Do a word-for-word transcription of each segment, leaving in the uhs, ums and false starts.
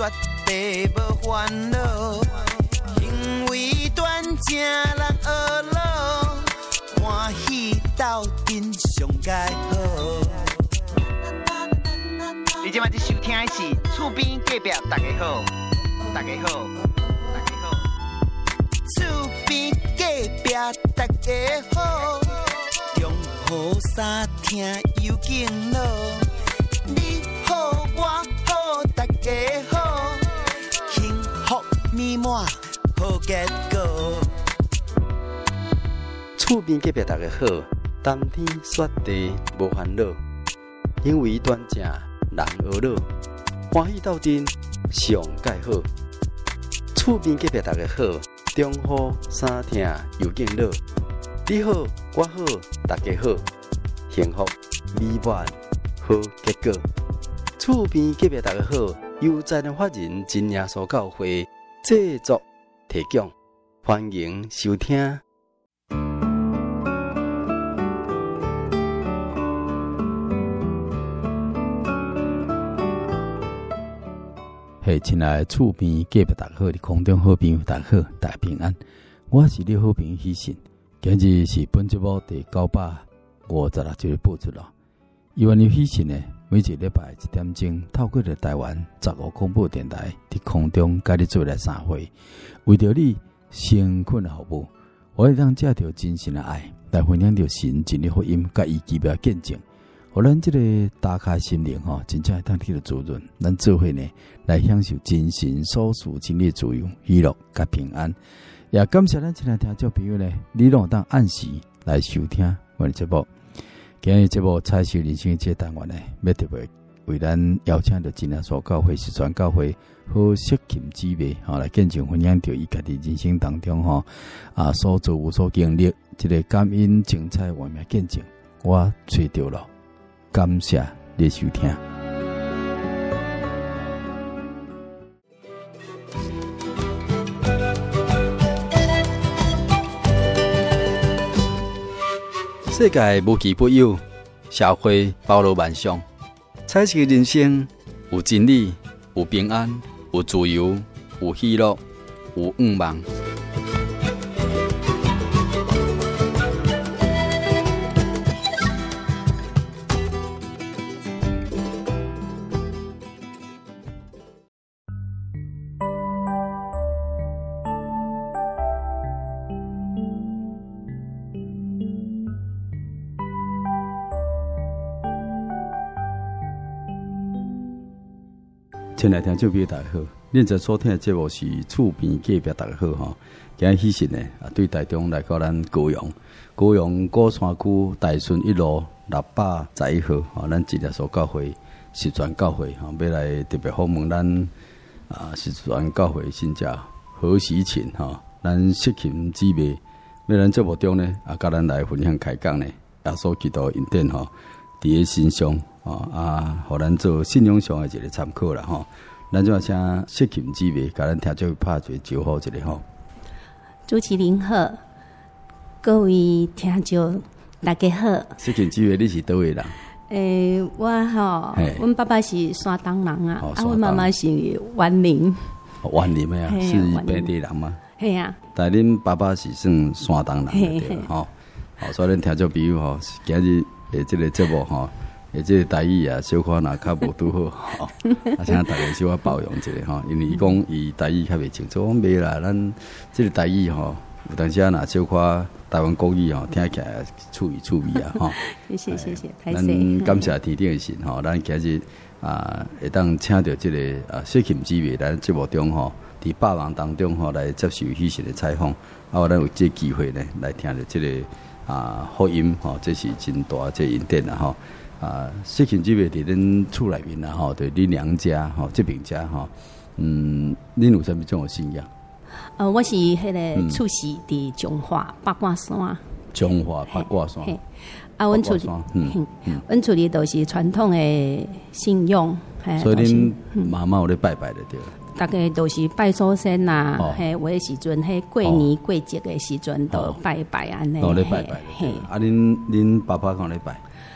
绝对无烦恼，行为端正人学老，欢喜斗阵上佳好。你今摆在收听的是厝边隔壁大家好，大家好，大家好，厝边隔壁大家好，中好三听有敬老，你好我好大家好，幸福美满好结果。 厝边隔壁大家好，冬天雪地无烦恼，行为端正人学老，欢喜斗阵上佳好。厝边隔壁大家好，中好三听又敬老，你好我好大家好，幸福美满好结果。厝边隔壁大家好，由在人法人真耶稣教会制作提供，欢迎收听。嘿，亲爱的厝边隔壁大家好，你空中好朋友大家好，大家平安。我是你好朋友喜信，今日是本节目第九百五十六集的播出了。希望你喜信呢，每一个礼拜一点钟，透过了台湾十五广播电台，伫空中甲你做来三会，为着你诚恳的服务，我会让借着真心的爱来分享着神真理福音，甲伊奇妙见证。互咱这个打开心灵吼，真正会当得到滋润。咱做伙呢，来享受真神所赐真理自由、喜乐甲平安。也感谢咱亲爱听众朋友呢，你拢当按时来收听我的节目。今日节目彩色人生这单元呢，要特别为咱邀请到真耶稣教会是全教会好惜琴姊妹吼来见证分享到伊家己人生当中吼啊所做有所经历，这个感恩精彩完美见证，我找到了。感谢你收听。世界无奇不有，社会包罗万象。彩色人生有真理，有平安，有自由，有喜乐，有愿望。亲爱听众朋友大家好，恁在所听的节目是厝边隔壁大家好哈。今日喜讯呢啊，对台中来到咱高雄，高雄鼓山区大顺一路六百十一号哈，咱真耶稣教会实传教会哈，要来特别访问咱啊实传教会信者何喜琴哈，咱惜琴姊妹，要咱节目中呢啊，甲咱来分享开讲呢，耶稣基督恩典哈，伫个身上。哦啊，互咱做信仰上的一个参考啦吼。咱就要请惜琴姊妹，甲咱听众拍一个招呼一下吼。 主持人好，各位听众大家好。 惜琴姊妹，你是倒位人？ 诶、欸，我吼，阮爸爸是山东人啊，哦、啊，阮妈妈是湾林。 湾林的啊，是本地人吗？ 系啊。 但恁爸爸是算山东人对吼。好，所以咱听众朋友吼，今日诶，这个节目吼。诶，这个台语啊，小可若较无拄好，吼、啊，请大家小可包容一下吼，因为伊讲伊台语较袂清楚，我袂啦，咱这个台语吼，有当时啊，若小可台湾国语吼，听起来趣味趣味啊，吼。 谢谢谢谢， 咱感谢天顶的神吼，咱今日啊，会当请到这个啊惜琴姊妹来节目中吼，伫百忙当中吼来接受喜讯的采访，啊，咱有这机会呢，来听到这个啊福音吼，这是真大这恩典啊，吼。啊，惜琴姊妹伫恁厝内面啦，吼，对恁娘家吼，这边家吼，嗯，恁有啥物种的信仰？ 呃，我是迄个厝是伫中华八卦山。 中华八卦山。 啊，阮厝里，嗯，阮厝里都是传统的信仰。 所以恁妈妈有咧拜拜的对。 大概都是拜祖先呐，嘿，有诶时阵，迄过年过节的时阵，都拜拜安尼。 哦，咧拜拜。嘿，啊，恁恁爸爸讲咧拜。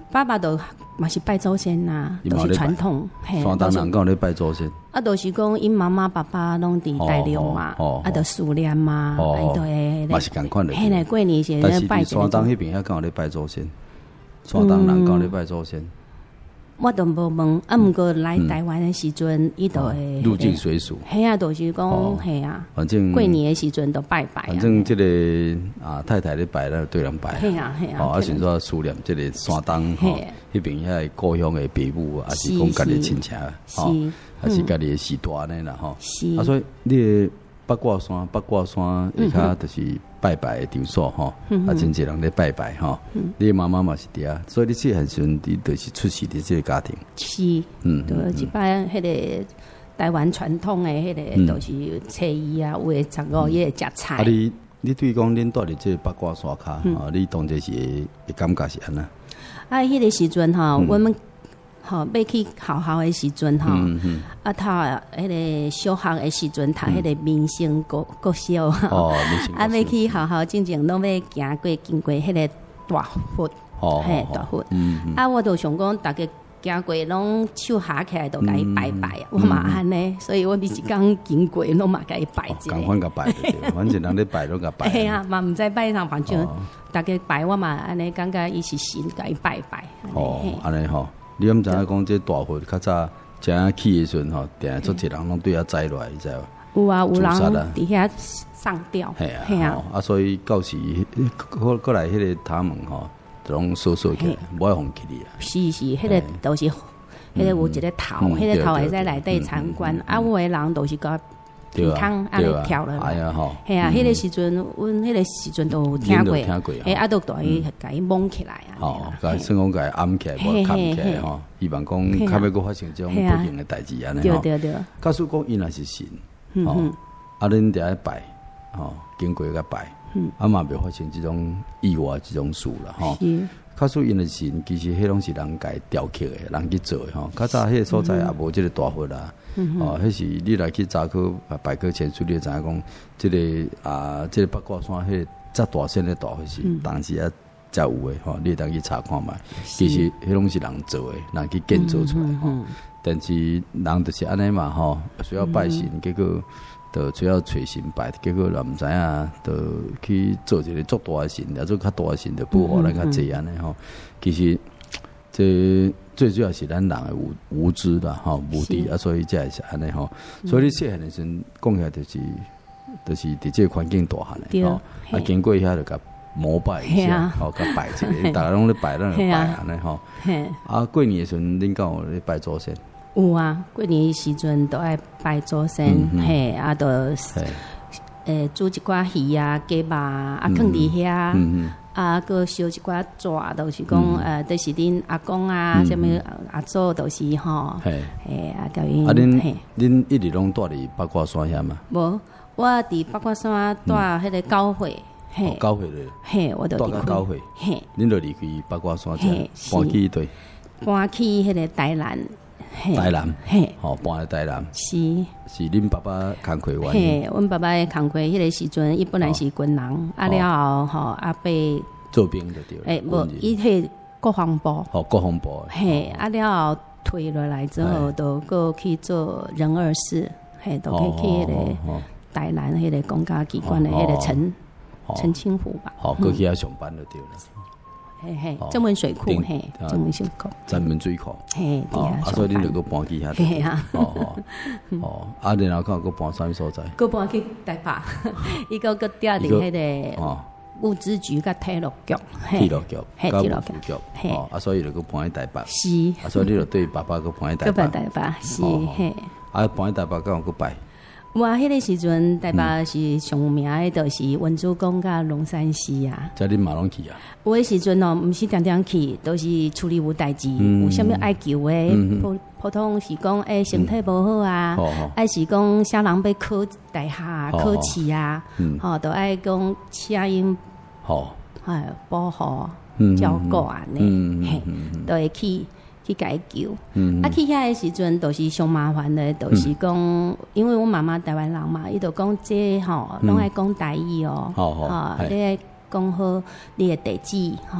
爸爸都嘛是拜祖先呐，都是传统。 山东人讲咧拜祖先， 啊，都是讲因妈妈爸爸拢伫大陆嘛，啊，就思念嘛，啊，都会。 嘛是共款的。 嘿，过年是咧拜。 但是山东迄边遐讲咧拜祖先，山东人讲咧拜祖先。 我都无问，啊，毋过来台湾的时阵，伊都会入境随俗。 嘿啊，都是讲嘿啊， 反正过年的时阵都拜拜。 反正这个啊太太咧拜咧对人拜。 嘿啊嘿啊。 哦，啊，甚至思念这个山东吼，迄边遐故乡的父母，啊是讲家己亲戚，吼，还是家己的时大呢啦吼。 是。 啊，所以你八卦山，八卦山下骹就是拜拜的场所吼，啊，真侪人咧拜拜吼。你妈妈嘛是伫啊，所以你细汉时阵，你就是出世伫这个家庭。 是。嗯。对，一般迄个台湾传统的迄个，都是初一啊，有诶十五夜食菜。 啊，你你对讲恁住伫这八卦山骹，啊，你当时是会感觉是安那？ 啊，迄个时阵吼，阮们。吼，要去学校的时阵吼，啊，读迄个小学的时阵，读迄个民生国国小， 哦， 啊，要去学校进前拢要行过经过迄个大佛，嘿，大佛，啊，我就想讲，大家行过拢手合起来，都甲伊拜拜，我嘛安尼，所以我每一工经过拢嘛甲伊拜一下， 共款甲拜对，反正人咧拜拢甲拜， 嘿啊，嘛毋知拜啥，反正大家拜我嘛安尼，感觉伊是神，甲伊拜拜， 哦，安尼吼。你毋知影讲这大佛较早正起的时阵吼，定做一人拢对遐栽落来，你知无？ 有啊，有人伫遐上吊。 系啊，系啊，啊，所以到时过过来迄个塔门吼，都拢缩缩起来，无爱放起哩啊。 是是，迄个都是，迄个有一个头，迄个头会使内底参观，啊，有诶人都是甲。健康安尼跳落来，系啊，迄个时阵，阮迄个时阵都有听过，诶，啊，都等于甲伊蒙起来啊， 哦，甲算讲甲伊暗起来，无藏起来吼，希望讲较要阁发生这种不幸的代志安尼吼。 对对对。 假使讲伊若是神，吼，啊，恁伫遐拜，吼，经过甲拜，啊嘛袂发生这种意外这种事啦，吼。假使因的神，其实迄拢是人家雕刻的，人去做的吼。较早迄个所在也无即个大佛啦。哦，迄是你来去查考百科全书，你会知影讲，即个啊，即个八卦山迄遮大仙的大佛是当时啊才有诶吼，你当去查看觅。其实迄拢是人做诶，人去建造出来吼。但是人就是安尼嘛吼，需要拜神，结果就需要找神拜，结果人毋知影，就去做一个足大诶神，或者较大诶神，就保护咱较济安尼吼。其实这。最主要是咱人的无无知啦，吼无知啊，所以才是安尼吼。所以你细汉的时阵讲起来，就是就是伫这个环境大汉的吼，啊经过遐就甲膜拜一下，吼甲拜一下，大家拢咧拜，咱就拜安尼吼。啊过年的时阵，恁敢有咧拜祖先？ 有啊，过年时阵都爱拜祖先，嘿，啊都诶煮一寡鱼啊、鸡肉啊，放伫遐。啊，个烧一寡纸，都是讲，呃，都是恁阿公啊，什么阿祖，都是吼，嘿，啊，甲因。 啊，恁恁一直拢住伫八卦山遐嘛？ 无，我伫八卦山住迄个教会， 嘿，教会咧， 嘿，我都住到教会， 嘿， 恁就离开八卦山遮，搬去对， 搬去迄个台南。 台南， 嘿， 吼，搬来台南， 是是恁爸爸工课完， 嘿，阮爸爸的工课迄个时阵，伊本来是军人，啊了后吼，啊被做兵就对了， 诶，无，伊迄国防部， 吼，国防部， 嘿，啊了后退落来之后，都过去做人二事，嘿，都可以去迄个台南迄个公家机关的迄个陈陈清湖吧， 好，过去遐上班就对了。 嘿嘿，曾文水库嘿，曾文水库， 曾文水库嘿， 啊，所以恁就搁搬去遐， 嘿啊， 哦哦哦，啊，然后看搁搬啥物所在？ 搁搬去台北，伊个搁调伫迄个物资局甲铁路局， 铁路局， 嘿，铁路局， 嘿，啊，所以就搁搬去台北， 是， 啊，所以你就对爸爸搁搬去台北， 搁搬台北，是嘿， 啊，搬去台北敢有搁拜？ 我迄个时阵，台北是上有名诶，就是文殊宫甲龙山寺啊。 在恁嘛拢去啊？ 有诶时阵哦，毋是常常去，都是处理有代志，有啥物爱求诶。普普通是讲诶，身体无好啊，爱是讲小人要考大学、考试啊，吼，都爱讲请因，吼，哎，保护、照顾安尼，嘿，都会去。去解救，嗯、啊去遐的时阵，都是上麻烦的，都是讲，嗯、因为我妈妈台湾人嘛，伊就讲这吼，拢爱讲台语哦，吼，你爱讲好你的地址，吼，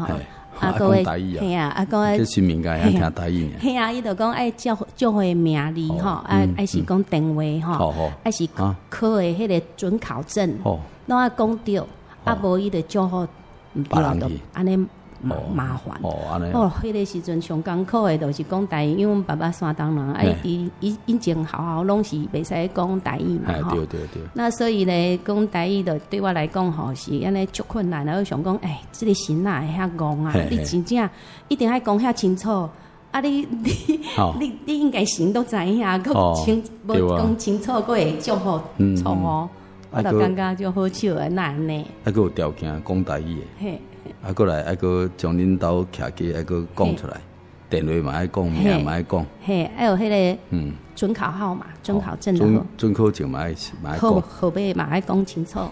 啊，各位， 嘿啊，啊，各位， 这新民间也听台语呢。 嘿啊，伊就讲爱教教会名字吼，啊，爱是讲电话吼，爱是考的迄个准考证，拢爱讲对，啊，无伊就叫好毋对就安尼麻麻烦。哦，安尼。哦，迄个时阵上艰苦的，就是讲台语，因为阮爸爸山东人，啊，伊伊以前好好拢是袂使讲台语嘛，吼。对对对。那所以咧，讲台语就对我来讲吼是安尼足困难，然后想讲，哎，这个神啊会遐戆啊，你真正一定爱讲遐清楚。啊，你你你你应该神都知影，佮清无讲清楚，佮会祝福错哦。我就感觉就好笑诶，那安尼。 还佫有条件讲台语诶。啊，过来，啊，佫将恁兜徛起，啊，佫讲出来，电话嘛爱讲，名嘛爱讲， 嘿，还有迄个嗯，准考号码、准考证的， 准考证嘛爱嘛爱讲， 后后背嘛爱讲清楚。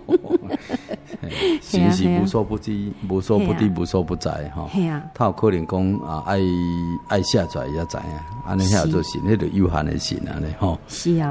神是无所不知，无所不知，无所不在吼。他有可能讲啊，爱爱写出来也知影，安尼遐做神，迄个有限的神安尼吼。 是啊。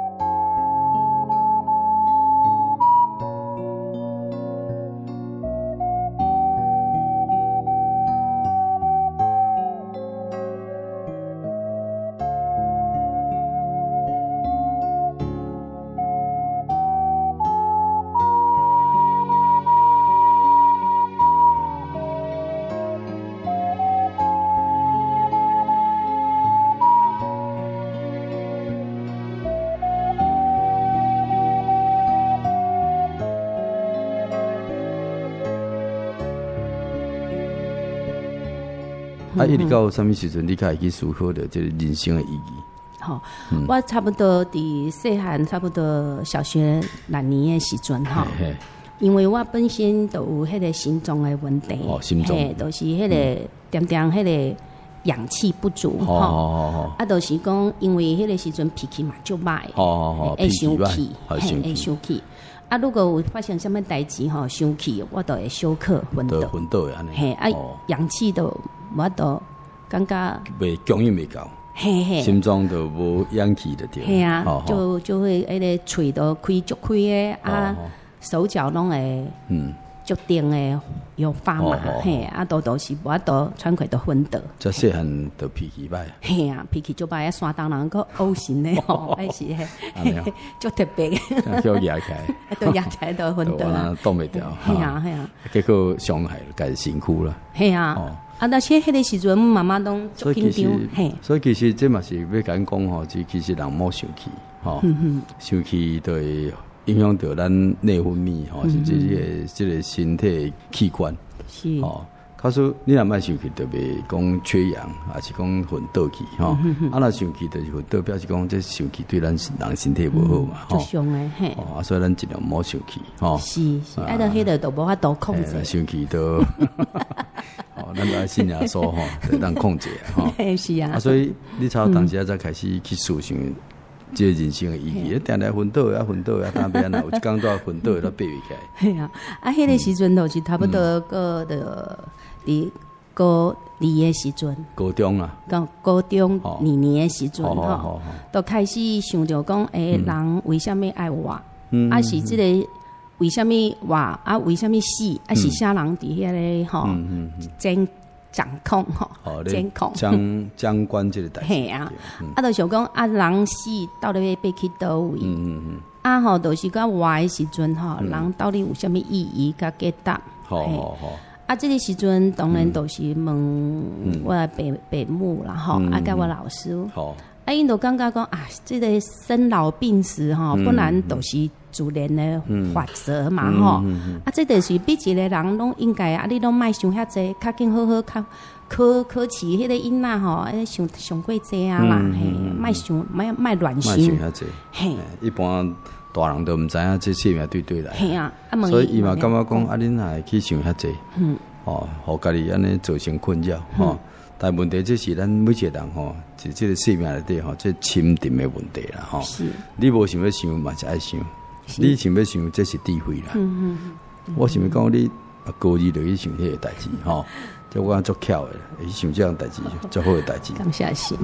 啊！一直到什么时阵，你开始去思考着这个人生的意义？ 好，嗯、我差不多伫细汉，差不多小学六年的时阵哈，因为我本身都有迄个心脏的问题， 哦，心脏， 都、就是迄个点点迄个氧气不足哈，哦、啊，都、就是讲因为迄个时阵脾气嘛就歹， 哦， 会生气， 会生气。啊，如果有发生什么代志吼，生气，我都会休克昏倒， 昏倒安尼。 嘿，啊，氧气都我都感觉袂供应袂够，嘿嘿，心脏都无氧气的对。 嘿啊，就就会迄个喙都开足开的啊，手脚拢会嗯足定的有发麻，嘿啊，都都是我都喘气都昏倒。 这细汉都脾气歹。 嘿啊，脾气足歹，啊，山东人个欧型的吼，还是嘿，足特别的， 叫压起来， 都压起来都昏倒啦， 挡袂掉。 嘿啊嘿啊， 结果伤害家己辛苦了。 嘿啊。啊！但是迄个时阵，妈妈拢足紧张，嘿。 所以其实这嘛是要甲咱讲吼，即其实人莫生气，吼，生气就会影响到咱内分泌，吼，甚至这个这个身体器官， 是， 吼。假使你若莫生气，就袂讲缺氧，还是讲昏倒去，吼。啊，若生气就是昏倒，表示讲这生气对咱人身体无好嘛， 吼。足伤诶，嘿。 啊，所以咱尽量莫生气，吼。 是是，啊，到迄个都无法度控制。 生气都。哦，咱来信仰说吼，得当控制哈。 是啊。啊， 所以你从当时才开始去思想这人生的意义，定定昏倒啊，昏倒啊，当边啊，有一工到昏倒都爬起来。 系啊，啊，迄个时阵就是差不多个的，伫高二的时阵。 高中啊。 高高中二年的时阵吼，都开始想着讲，诶，人为什么爱我？啊，是这个。为什么活啊？为什么死？啊，是啥人伫遐个吼？监掌控吼，监控将将关这个代志。 嘿啊，啊，就想讲啊，人死到底要爬去倒位？嗯嗯嗯。啊吼，就是讲活的时阵吼，人到底有啥物意义？甲解答？ 好好好。 啊，这个时阵当然都是问我的爸爸母啦吼，啊，甲我老师。好。啊，因都感觉讲啊，这个生老病死吼，本来都是。自然的法则嘛吼，嗯嗯嗯、啊，这就是每一个人拢应该啊，你拢莫想遐济，较紧好好考考考试迄个囡仔吼，哎，想上过济啊啦，嘿，莫想莫莫乱想， 莫想遐济，嘿，一般大人都毋知影这生命对对来， 嘿啊， 所以伊嘛感觉讲啊，恁还去想遐济，嗯，哦，互家己安尼造成困扰，吼。但问题这是咱每一个人吼，就这个生命内底吼，这深沉的问题啦，吼。是，你无想要想嘛，是爱想。你想要想，这是智慧啦。嗯嗯嗯、我想要讲你高二就去想迄个代志，吼，即我足巧的，会想这样代志，足好的代志。 感谢神。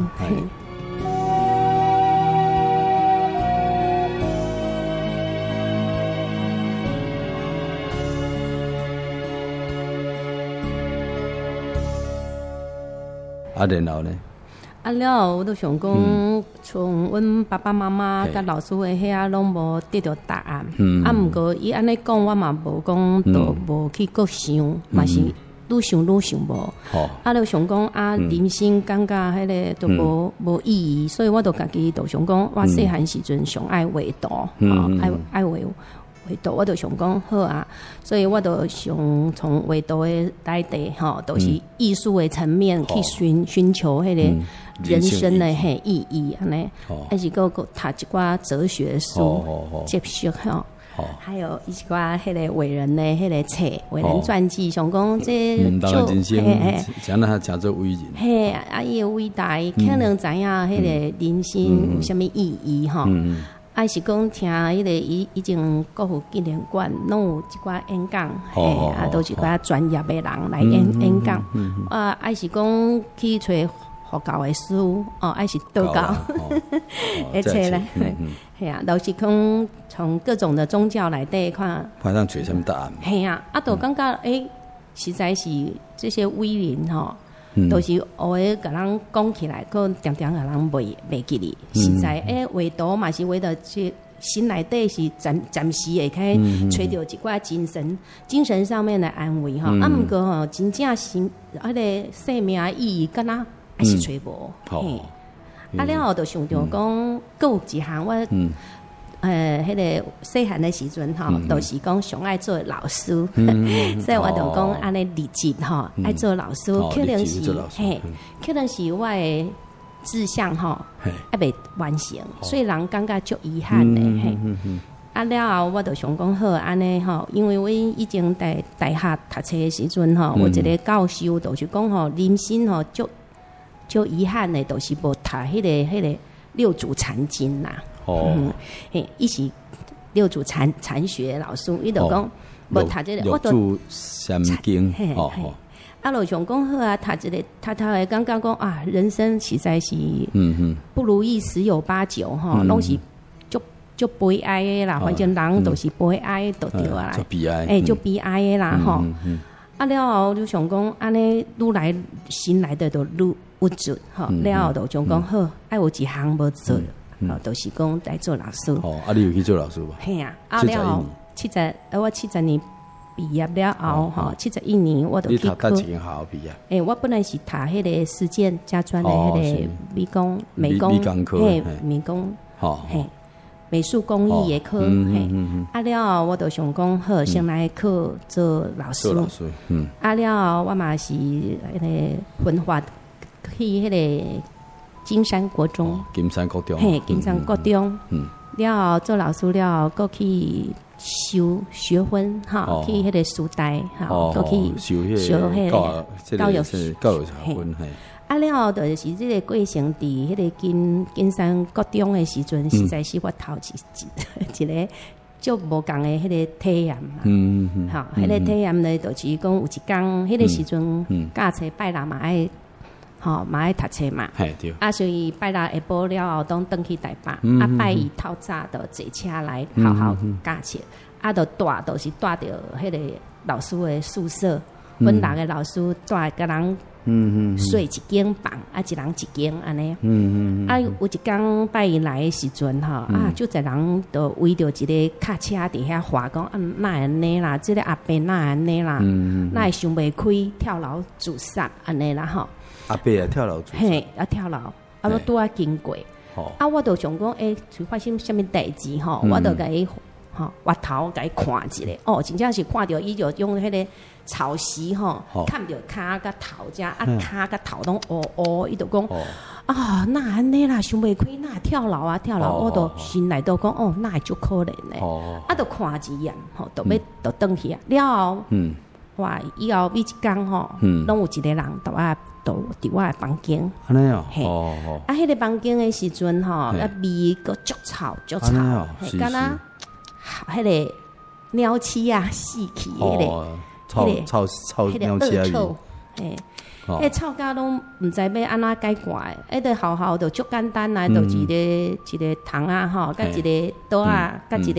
啊，然后呢？ 啊了后，我都想讲，从阮爸爸妈妈甲老师诶遐拢无得到答案。嗯、啊，毋过伊安尼讲，我嘛无讲，都无去搁想，嘛、嗯、是愈想愈想无。哦、啊，就想讲啊，人生感觉迄个都无无、嗯、意义，所以我都家己都想讲，我细汉时阵上爱画图，嗯、爱爱画。画图我就想讲好啊，所以我就想从画图的内底吼，都、就是艺术的层面去寻寻求迄个人生的嘿意义安尼，还是个个读一寡哲学书、哲学吼，还有一寡迄个伟人的迄个册、伟人传记，想讲这就嘿，讲那讲做伟人， 嘿啊，伊的伟大可能知影迄个人生有啥物意义吼。还是讲听迄个以以前国父纪念馆拢有一寡演讲，嘿、哦，啊，都是一寡专业的人来演、嗯、演讲。嗯嗯、啊，还是讲去找佛教的书，哦，还是道教，而且咧，系啊，都是讲从各种的宗教内底看， 看上找什么答案。 系啊，啊，都感觉诶、欸，实在是这些伟人吼。嗯、都是偶尔甲人讲起来，个常常甲人袂袂记哩。实在诶，画图嘛是为了去心内底是暂暂时会开找到一寡精神精神上面的安慰吼。嗯、啊，毋过吼，真正是迄个生命的意义，敢若还是找无。嘿，啊了后就想着讲，佫有一项我。嗯呃，迄、那个细汉的时阵吼，嗯、都是讲上爱做老师，嗯、所以我就讲安尼立志吼，爱、哦、做老师，可能是嘿，可能是我的志向吼，还未完成，所以人感觉足遗憾的嘿。啊了后，我就想讲好安尼吼，因为我以前在大学读册的时阵吼，嗯、我一个教授就是讲吼，人生吼足足遗憾的，都是无读迄个迄、那个六祖坛经啦。哦，嗯，嘿，伊是六祖禅禅学老师，伊就讲无读这个， 我都六祖禅经，哦哦， 啊，就想讲好啊，读这个，读读的感觉讲啊，人生实在是，嗯嗯，不如意十有八九哈，拢是足足悲哀的啦，反正人都是悲哀就对啊啦， 足悲哀， 诶，足悲哀的啦吼，啊了后就想讲安尼愈来心内底就愈郁卒，吼，了后就想讲好，爱有一项无做。哦，都、就是讲来做老师。 哦，啊，你有去做老师吧？ 嘿啊，啊了后七十，我七十年毕业了后，吼，七十一年我都去考。 你读几间学校毕业？ 诶，我本来是读迄个实践家专的迄个美工、美工、嘿，美工，嘿，美术工艺的科，嘿，啊了后我都想讲好，先来考做老师。做老师，嗯。啊了后我嘛是迄个分发去迄个。金山国中， 哦、金山国中， 嘿，金山国中，嗯，了后做老師了，過去修學分，哈、哦，去迄個書呆，哈、哦，過去修迄個教育教育學分，嘿。 啊了後就是這個過程，佇迄個金金山國中的時陣，實在是我頭一一一個就無共的迄個體驗嘛，嗯嗯，好，迄個體驗咧，就是講有一工，迄個時陣，駕車拜六嘛愛。吼，嘛愛讀冊嘛，啊，所以拜六下晡了後，當轉去台北，嗯、啊，拜一透早就坐車來好好駕冊，嗯、啊，就住就是住到迄個老師的宿舍，阮、嗯、六個老師住個人，嗯嗯，睡一間房，啊，一人一間安尼，嗯嗯，啊，有一工拜一來的時陣吼，嗯、啊，就一人就圍着一個卡車佇遐話講，啊，哪會安尼啦？即、這個阿伯哪會安尼啦？嗯、哪會想袂開跳樓自殺安尼啦？吼。 阿伯啊，跳樓， 嘿，啊跳樓，啊我拄啊經過，啊我就想講，誒，是發生什麼代志吼？我就甲伊，吼，挖頭甲伊看一下，哦，真正是看到伊就用迄個草席吼，看到骹甲頭遮，啊骹甲頭攏烏烏，伊就講，啊，那安尼啦，想袂開，那跳樓啊跳樓，我就心內都講，哦，那係足可憐咧，啊，就看一眼，吼，就要就轉去啊，了後，嗯，哇，以後每一工吼，攏有一個人都啊。都伫我的房間， 安尼哦， 嘿，啊，迄個房間的時陣吼，啊，味個足臭足臭，敢若迄個鳥鼠啊死去迄個， 臭臭臭鳥鼠啊， 嘿，迄個臭甲攏毋知要安怎解決的，迄個好好就足簡單啊，就一個一個桶啊吼，甲一個刀啊，甲一個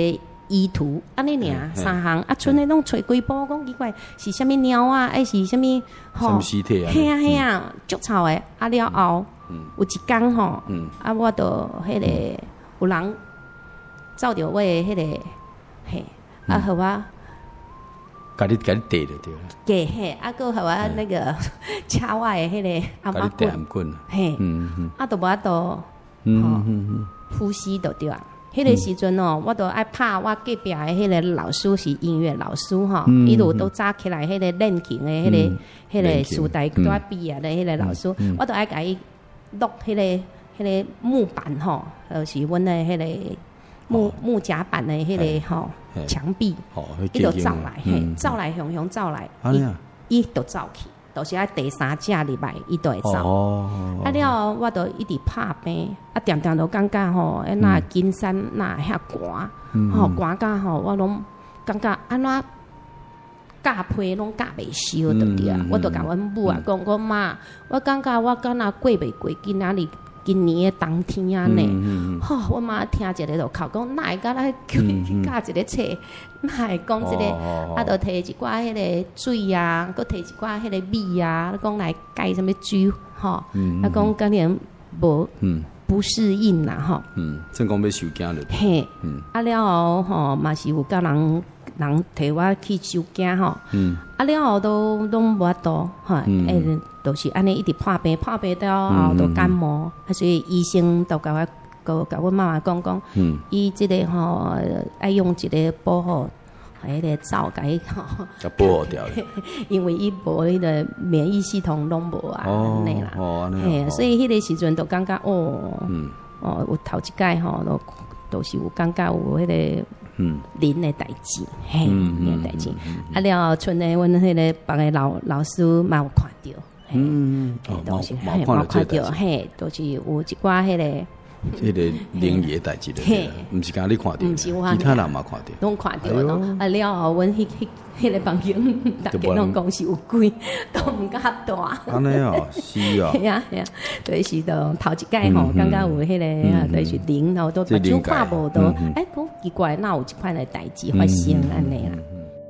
依图安尼尔三项啊，剩诶拢找几部，讲奇怪是啥物鸟啊，还是啥物吼？什么尸体啊？ 嘿啊嘿啊，足臭诶！啊了后，有一工吼，啊我著迄个有人照着我诶迄个嘿，啊互我。 甲你甲你缀就对了。 对嘿，啊，搁互我那个掐我诶迄个阿妈棍， 嘿，啊，都无法度，嗯呼吸就对啊。迄个时阵哦，我都爱拍我隔壁诶迄个老师是音乐老师吼，伊路都早起来迄个练琴诶，迄个迄个时代拄啊毕业诶迄个老师，我都爱甲伊录迄个迄个木板吼，就是阮诶迄个木木夹板诶迄个吼。墙壁，伊就走来，嘿，走来雄雄走来，伊伊就走去，就是啊第三只入来，伊就会走。啊了，我就一直拍病，啊点点都感觉吼，那金山那遐寒，吼寒甲吼，我拢感觉安怎夹皮拢夹袂收对对啊！我就甲阮母啊讲讲妈，我感觉我敢若过袂过今仔日。今年的冬天啊呢，吼、哦，我妈听一个就哭讲，哪会甲咱去教一个册，哪会讲即、這个，哦、啊，就摕一寡迄个水啊，佮摕一寡迄个米啊，讲来解什么酒，吼、哦，啊，讲可能无不适应啦，吼、 嗯，正讲要收惊了， 嘿，嗯、啊了后吼，嘛是有甲人人摕我去收惊吼，嗯、啊了后都拢无法度，吼，诶、嗯。都是安尼一直破病，破病到后都感冒，嗯、所以医生都甲我，甲甲阮妈妈讲讲，伊即、嗯、个吼爱用一个保护，迄个皂甲伊吼， 甲保护掉， 因为伊无迄个免疫系统拢无啊，安尼啦，嘿，所以迄个时阵都感觉哦，嗯、哦，有头一届吼，都都是有感觉有迄、那个。嗯，灵的代志，嘿，灵的代志，啊了，剩的阮迄个别个老老师嘛有看到，嗯，都是嘿，冇看到，嘿，都是有一寡迄个， 迄个灵异的代志咧，毋是讲你看到，其他人嘛看到， 拢看到咯，啊了后，阮迄迄迄个朋友，大家拢讲是有鬼，都毋敢大。 安尼哦，是啊， 系啊系啊，就是都头一届吼，感觉有迄个，就是灵，然后都目睭看无到，哎，讲奇怪，哪有一款的代志发生安尼啦？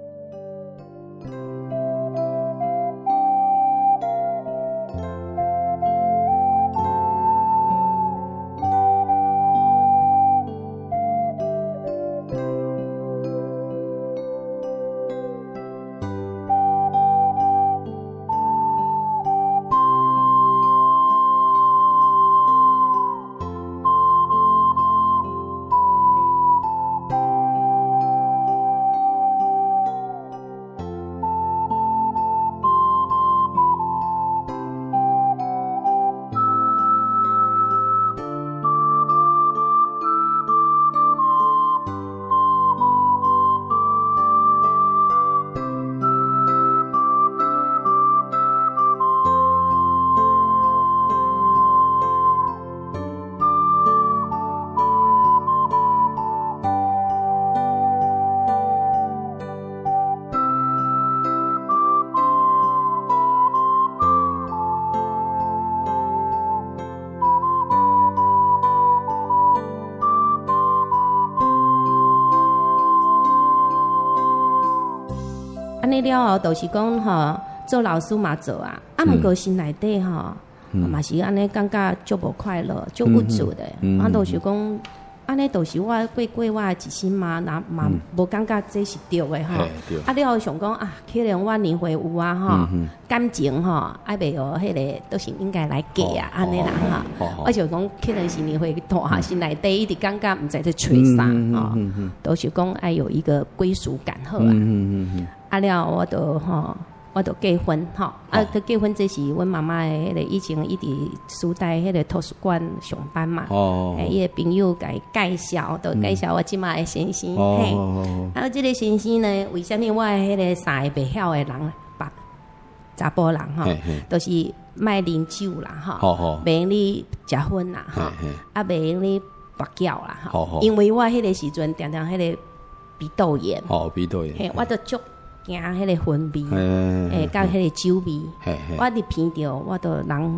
安尼了后，就是讲吼，做老师嘛做啊，啊，毋过心内底吼，嘛是安尼感觉足无快乐，足无助的。啊，都是讲，安尼都是我过过我的一生嘛，那嘛无感觉这是对的吼。啊，了后想讲啊，可能我年岁有啊吼，感情吼，爱袂哦，迄个都是应该来给啊，安尼啦哈。我就讲，可能是年岁大，心内底一直感觉毋知在吹啥吼，都是讲爱有一个归属感好啊。啊了，我就吼，我就结婚吼。啊，佮结婚这是阮妈妈的迄个以前一直书台迄个图书馆上班嘛。哦。诶，伊个朋友甲伊介绍，就介绍我即马的先生。哦。嘿。啊，即个先生呢，为虾米我的迄个三个袂晓的人，把查甫人吼，都是卖啉酒啦，吼，袂用你食薰啦，吼，啊，袂用你跋筊啦，吼。因为我迄个时阵常常迄个鼻窦炎。哦， 鼻窦炎。 嘿，我就足。惊迄个薰味，诶，甲迄个酒味，我一闻着，我都人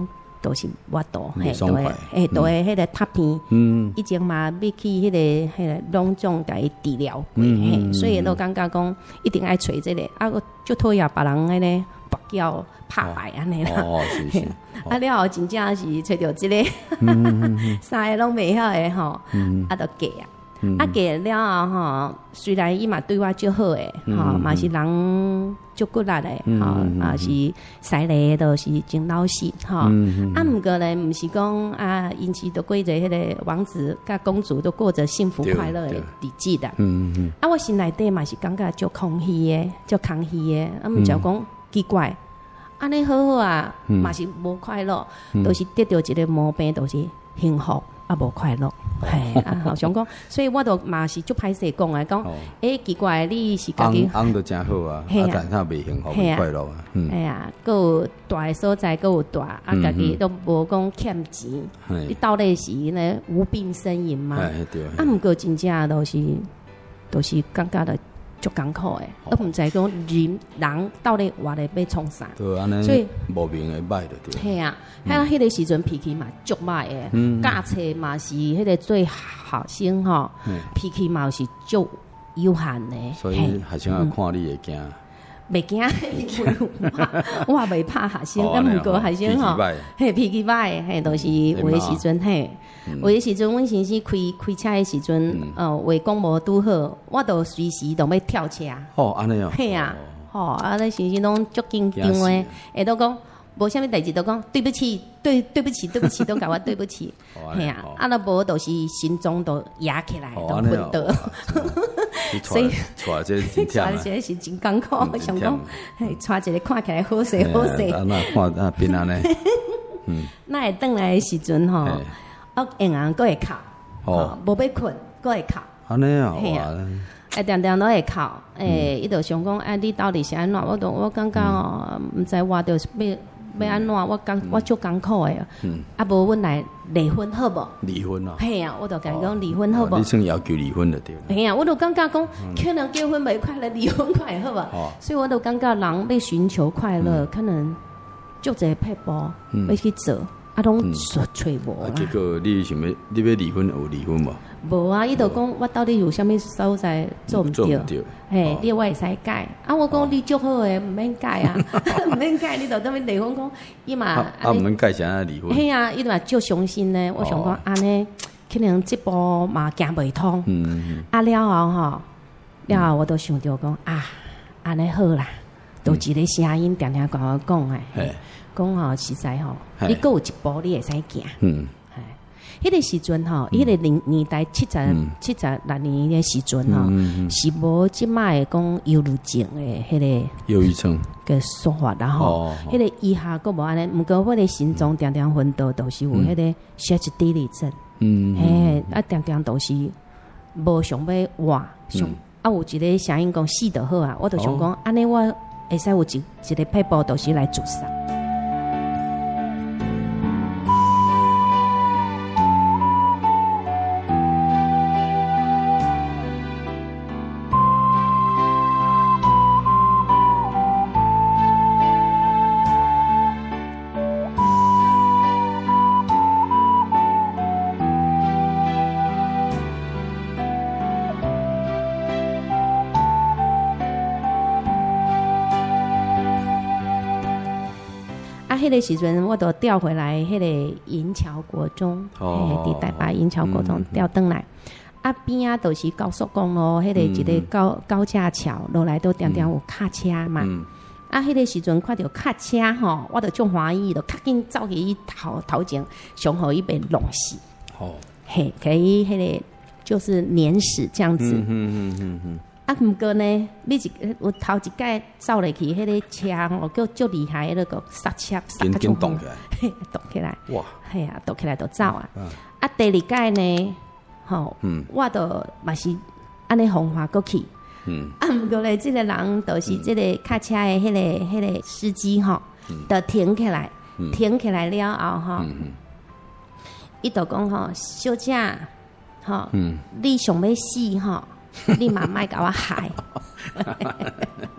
都是我度，嘿，都会，嘿，都会迄个塌片，嗯，以前嘛要去迄个迄个隆重甲伊治疗过，嘿，所以都感觉讲一定爱找这个，啊，我就讨厌别人迄个拔脚拍败安尼啦， 哦，是是， 啊了后真正是找到这个，三个拢袂晓的吼，啊，就嫁啊。啊，嫁了后吼，虽然伊嘛对我足好诶，吼，嘛是人足骨力诶，吼，啊是犀利，都是真老实，吼。啊，毋过咧，毋是讲啊，因是都过着迄个王子甲公主都过着幸福快乐诶日子的。嗯嗯。啊，我心内底嘛是感觉足空虚诶，足空虚诶，啊，毋就讲奇怪，安尼好好啊，嘛是无快乐，都是得到一个毛病，都是幸福。啊，无快乐，系啊，好想讲，所以我都嘛是足歹势讲啊，讲，诶，奇怪，你是家己， 翁都真好啊，啊，但他未幸福，未快乐啊，嗯， 哎呀，佮有大诶所在，佮有大，啊，家己都无讲欠钱，你到底是呢无病呻吟嘛？啊，毋过真正都是都是感觉的。足艰苦诶，都毋知讲人人到底活咧要创啥， 所以无明会歹着对。 系啊，迄迄个时阵脾气嘛足歹诶，驾车嘛是迄个最好先吼，脾气嘛是足有限诶。 所以学生啊看你会惊。 袂惊，我也袂怕学生，咁毋过学生吼，嘿脾气歹，嘿都是有诶时阵嘿。有诶时阵，阮先生开开车诶时阵，呃，话讲无拄好，我都随时都要跳车。 哦，安尼哦。 嘿啊，吼，啊，咱先生拢足紧张诶，会都讲无啥物代志，都讲对不起，对对不起，对不起，都甲我对不起。嘿啊，啊，若无都是心中都压起来，都昏倒。 所以带这真忝， 带这是真艰苦。想讲，嘿，带一个看起来好势好势。 啊，那看啊变安尼， 嗯，那会转来的时阵吼，啊，硬硬佫会哭，哦，无要困，佫会哭。 安尼啊， 嘿啊，哎，定定都会哭。诶，伊就想讲，哎，你到底是安怎？我都我感觉哦，毋知我着要。要安怎？我艰我足艰苦诶，啊无阮来离婚好无？ 离婚啊！ 嘿啊，我就讲讲离婚好无？ 你算要求离婚就对了。 嘿啊，我就感觉讲，可能结婚袂快乐，离婚快好无？所以我就感觉人要寻求快乐，可能足一个撇步要去做，啊，拢找无啦。 结果你想要你要离婚有离婚无？ 无啊，伊就讲我到底有啥物所在做毋对？嘿，你我会使改。啊，我讲你足好诶，毋免改啊，毋免改，你就当面离婚讲，伊嘛啊毋免改啥离婚？ 嘿啊，伊嘛足伤心呢。我想讲安尼，可能即步嘛行袂通。嗯啊了后吼，了后我都想着讲啊，安尼好啦，都一个声音定定甲我讲诶，讲吼实在吼，你佫有一步你会使行。嗯。迄个时阵吼，迄个年年代七十七十六年的时阵吼，是无即卖讲忧郁症的迄个忧郁症嘅说法啦吼。迄个医下佫无安尼，毋过迄个心脏定定昏倒，都是有迄个血脂低落症。嗯，嘿，啊定定都是无想要活，想啊有一个声音讲死就好啊，我就想讲安尼我会使有一一个撇步，都是来自杀。迄个时阵，我都调回来，迄个银桥国中，嘿，伫台北银桥国中调转来。啊边啊，都是高速公路，迄个一个高高架桥落来都定定有卡车嘛。啊，迄个时阵看到卡车吼，我就足欢喜，就赶紧走去伊头头前，想互伊被弄死。哦，嘿，可以迄个就是碾死这样子。嗯嗯嗯嗯。啊，毋过呢，你一有头一摆走入去，迄个车吼，叫足厉害，那个刹车刹紧紧动起来， 动起来，哇，系啊，动起来就走啊。啊，第二摆呢，吼，我就嘛是安尼风化过去。嗯，啊，毋过咧，即个人就是即个卡车的迄个迄个司机吼，就停起来，停起来了后吼，伊就讲吼，小姐，吼，你想要死吼？你嘛莫甲我害，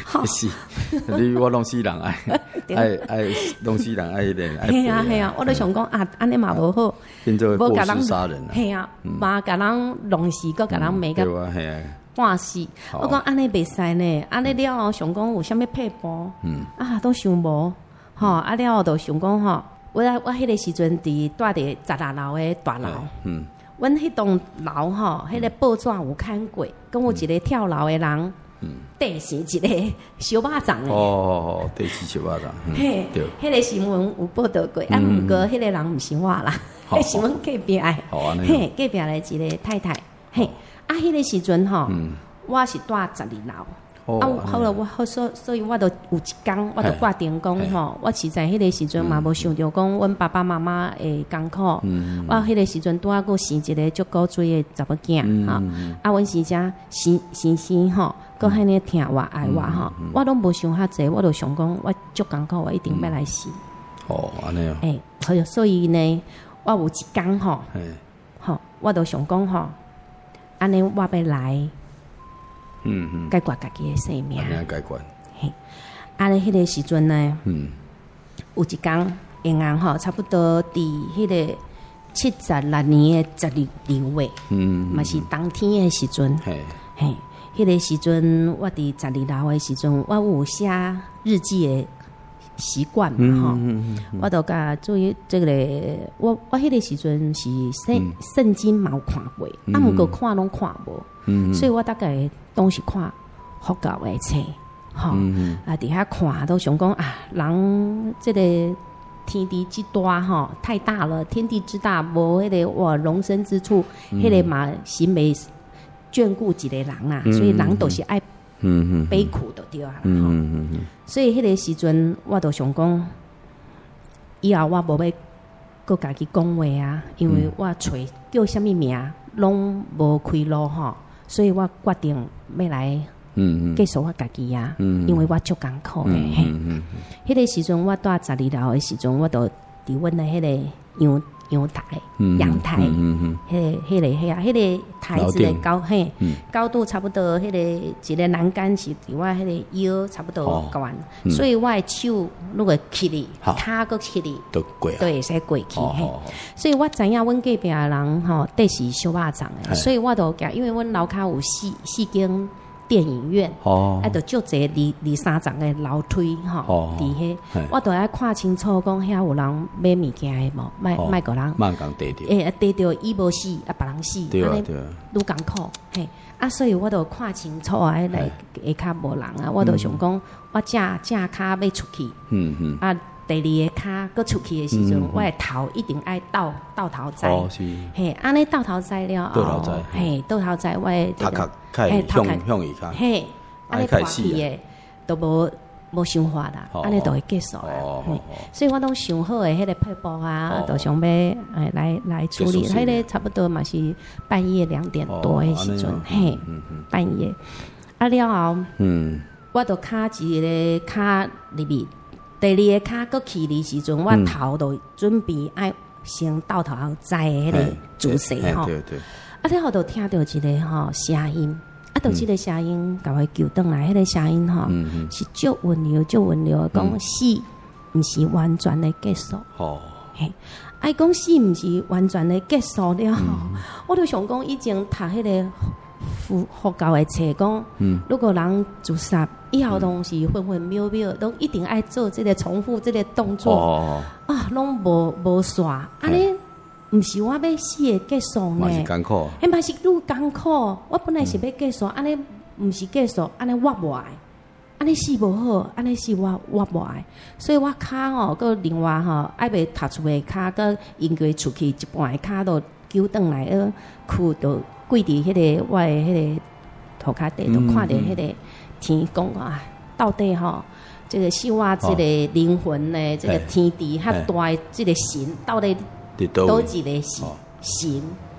是，你我拢死人爱爱爱拢死人爱迄个爱。 系啊系啊，我都想讲啊，安尼嘛无好， 变做过失杀人啊。 系啊，嘛甲人弄死，搁甲人骂个。 对啊，系啊。 半死，我讲安尼袂使呢，安尼了后想讲有啥物配补，嗯，啊都想无，吼，啊了后就想讲吼，我我迄个时阵伫住伫十六楼的大楼，嗯，阮迄栋楼吼，迄个报纸有看过，跟有一个跳楼的人，嗯，地是一个小巴掌的， 哦哦哦，地是小巴掌， 嘿，迄个新闻有报道过，啊，毋过迄个人毋是我啦，迄是阮隔壁的，嘿，隔壁的一个太太，嘿。啊，迄个时阵吼，我是住十二楼，啊，后来我所所以我就有一工，我就决定讲吼，我实在迄个时阵嘛无想着讲，阮爸爸妈妈会艰苦，我迄个时阵拄啊，佫生一个足古锥的查某囝吼，啊，阮生遮生生生吼，佫遐尼疼我爱我吼，我拢无想遐济，我就想讲，我足艰苦，我一定要来死。 哦，安尼哦。 诶，所以呢，我有一工吼，吼，我就想讲吼。安尼我要来，嗯嗯，解决家己的生命。 安尼解决。 嘿，安尼迄个时阵呢，嗯，有一工，银行吼，差不多伫迄个七十六年的十二月，嗯，嘛是冬天的时阵，嘿，嘿，迄个时阵我伫十二楼的时阵，我有写日记的习惯嘛，吼、嗯嗯嗯，我都甲做这个，我我迄个时阵是圣圣经嘛有看过，嗯、啊，毋过看拢看无，嗯、所以我大概拢是看佛教的册，吼、嗯，啊，伫遐看都想讲啊，人这个天地之大吼，太大了，天地之大，无迄个哇容身之处，迄、嗯、个嘛是袂眷顾一个人啦，嗯、所以人都是爱。嗯嗯，悲苦就对啊，嗯嗯嗯，所以迄个时阵，我就想讲，以后我无要搁家己讲话啊，因为我找叫什么名拢无开路吼，所以我决定要来，嗯嗯，继续我家己啊，嗯，因为我足艰苦的，嘿，嗯嗯，迄个时阵我住十二楼的时阵，我就伫阮的迄个阳。阳台、阳台，迄个、迄个、迄啊，迄个台子的高，嘿，高度差不多，迄个一个栏杆是伫我迄个腰差不多高完，所以我的手如果起哩，骹搁起哩， 都过， 对，使过去嘿。所以我知影阮隔壁的人吼，底是小巴掌的，所以我都惊，因为阮楼骹有四四间。电影院，哦，啊，就足侪二二三层的楼梯吼，伫迄，我都爱看清楚，讲遐有人买物件的无，卖卖个人， 慢讲地着， 诶，地着伊无死，啊，别人死， 对啊对啊， 愈艰苦，嘿，啊，所以我都看清楚啊，来下骹无人啊，我都想讲，我正正骹要出去，嗯嗯，啊。第二个骹搁出去的时阵，我的头一定爱倒倒头栽，嘿，安尼倒头栽了后，嘿，倒头栽，我的头壳开向向伊骹， 嘿，安尼看去的都无无想法啦，安尼都会结束啦，所以我拢想好的迄个配布啊，都想要诶来来处理，迄个差不多嘛是半夜两点多的时阵，嘿，半夜啊了后，嗯，我都卡一个骹入面。第二个骹搁起的时阵，我头都准备爱先倒头栽的迄个姿势吼。啊，然后就听到一个吼声音，啊，就即个声音甲我叫转来，迄个声音吼是足温柔、足温柔，讲死毋是完全的结束。哦，嘿，啊，讲死毋是完全的结束了吼，我就想讲以前读迄个。佛佛教的册讲，嗯，如果人自杀以后拢是分分秒秒，都一定爱做这个重复这个动作，哦、啊，拢无无煞，安尼毋是我要死的结束呢，嘛是艰苦， 迄嘛是愈艰苦。我本来是要结束，安尼毋是结束，安尼我无爱，安尼死无好，安尼死我我无爱，所以我骹吼，搁另外吼，爱袂读出的骹，搁应该出去一半的骹都揪转来，呃，裤都。跪伫迄个我的迄个涂骹底，都看着迄个天讲啊，到底吼，这个是我这个灵魂的这个天地较大的这个神，到底倒一个是神？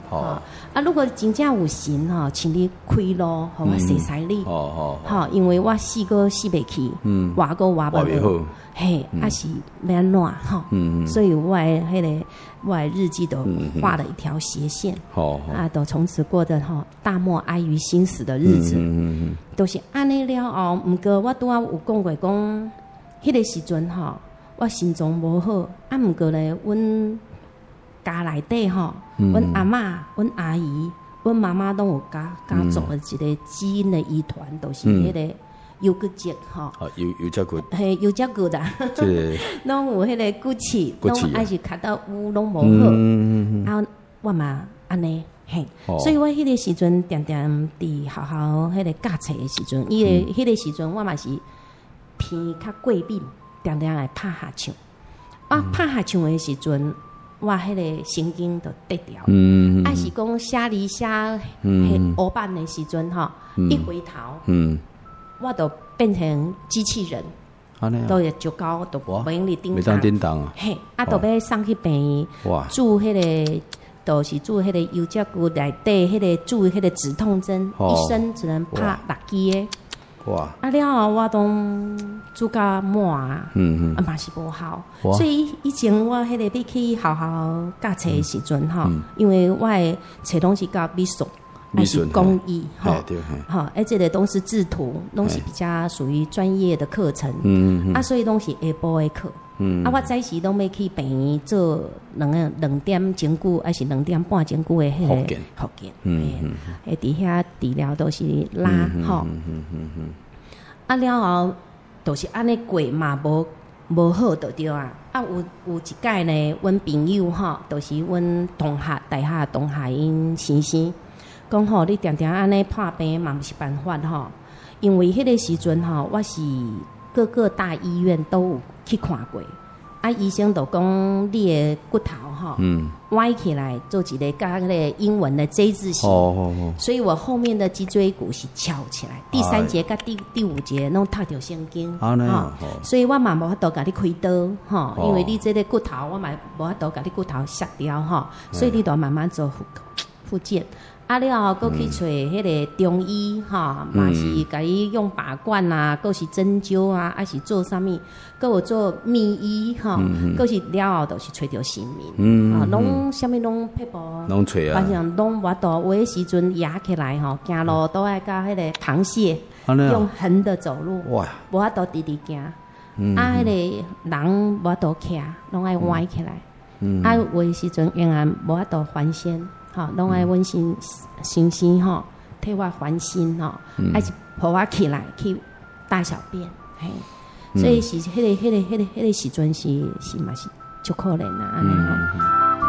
哦，啊，如果真正有神吼，请你开路，互我洗洗你。哦哦，吼，因为我死个死袂去，嗯，活个活袂好，嘿，啊是要安怎吼？嗯嗯，所以我迄个我日记都画了一条斜线，哦，啊，都从此过着吼大漠哀于心死的日子，嗯嗯嗯，都是安尼了后，毋过我拄仔有讲过讲，迄个时阵吼，我心脏无好，啊，毋过咧，阮。家内底吼，阮阿嬷、阮阿姨、阮妈妈拢有家家族的一个基因的遗传，都是迄个右骨折吼。 啊，右右脚骨。 嘿，右脚骨的。对。拢有迄个骨刺，拢还是卡到乌拢无好。嗯嗯嗯。啊，我嘛安尼嘿，所以我迄个时阵定定伫学校迄个教册的时阵，伊个迄个时阵我嘛是偏较过敏，定定来拍下唱。我拍下唱的时阵。我迄个神经就跌掉，嗯，啊是讲写哩写迄黑板的时阵吼，一回头，嗯，我都变成机器人，都会足高，都不用你叮当， 叮当啊， 嘿，啊，都要送去病院，哇，注迄个，都是注迄个右脚骨内底迄个注迄个止痛针，一生只能拍六支的。哇！啊了后我都煮甲满啊，嗯嗯，啊嘛是无好，所以以前我迄个要去学校教册的时阵吼，因为我的册拢是教美术，还是工艺吼，吼，而这个都是制图，拢是比较属于专业的课程，嗯嗯，啊，所以拢是下晡的课，嗯，啊，我早时拢要去病院做两个两点钟久，还是两点半钟久的迄个复健，嗯嗯，诶，伫遐治疗都是拉吼，嗯嗯嗯嗯。啊了后，都是安尼过嘛，无无好就对啊。啊有有一届呢，阮朋友吼，都是阮同学，大学同学因先生，讲吼你定定安尼破病嘛，毋是办法吼。因为迄个时阵吼，我是各个大医院都有去看过，啊医生就讲你的骨头吼，嗯，歪起来做一个加迄个英文的 J 字形，哦哦哦，所以我后面的脊椎骨是翘起来，第三节跟第第五节拢塌掉神经，啊，哦，所以我嘛无法度甲你开刀，吼，因为你这个骨头我嘛无法度甲你骨头削掉，吼，所以你都慢慢做复复健。啊了后，佫去找迄个中医哈，嘛是甲伊用拔罐啊，佫是针灸啊，还是做啥物，佫有做秘医哈，佫是了后都是找着神明，啊，拢啥物拢撇步， 拢找啊， 反正拢无度，有诶时阵压起来吼，行路都爱甲迄个螃蟹，用横的走路，哇，无法度直直行，啊，迄个人无法度徛，拢爱歪起来，啊，有诶时阵永远无法度翻身。吼，拢爱阮先先生吼，替我翻身吼，还是抱我起来去大小便，嘿，所以是迄个、迄个、迄个、迄个时阵是是嘛是足可怜啊，安尼吼。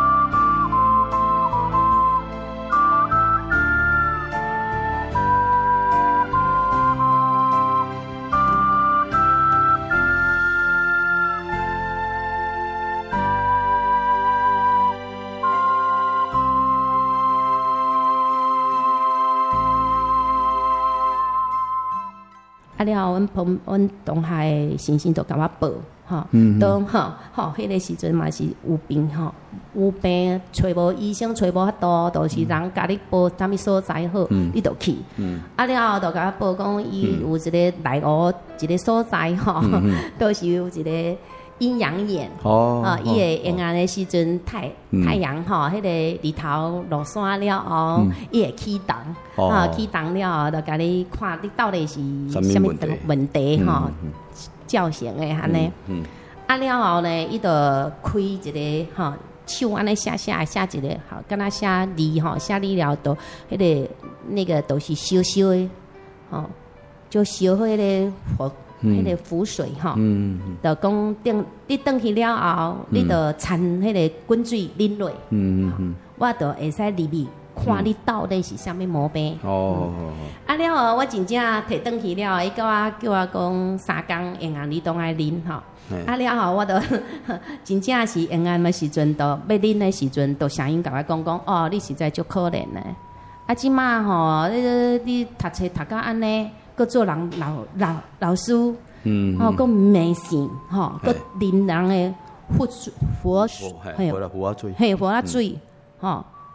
啊了，阮朋阮同学的先生都甲我报，吼，都吼吼，迄个时阵嘛是有病吼，有病找无医生，找无法度，都是人甲你报啥物所在好，你就去。啊了后，就甲我报讲，伊有一个内湖一个所在吼，都是有一个阴阳眼哦，啊，伊会沿岸的时阵太太阳吼，迄个日头落山了后，伊会起动，啊，起动了后，就甲你看你到底是啥物问题吼，造成的安尼。啊了后呢，伊就开一个吼，手安尼写写写一个，吼，敢若写字吼，写字了都迄个那个都是烧烧的，吼，就烧迄个火。迄个浮水吼，就讲等你转去了后，你就掺迄个滚水啉落，我就会使入去看你到底是啥物毛病。哦，啊了后我真正摕转去了，伊叫我叫我讲三工沿岸你都爱啉吼。啊了后我就真正是沿岸的时阵，都要啉的时阵，都声音甲我讲讲，哦，你实在足可怜的。啊，即马吼，你你读册读到安尼。佮做人老老老师，嗯，吼，佮迷信，吼，佮啉人诶佛佛， 嘿，佛啊水， 嘿，佛啊水，吼，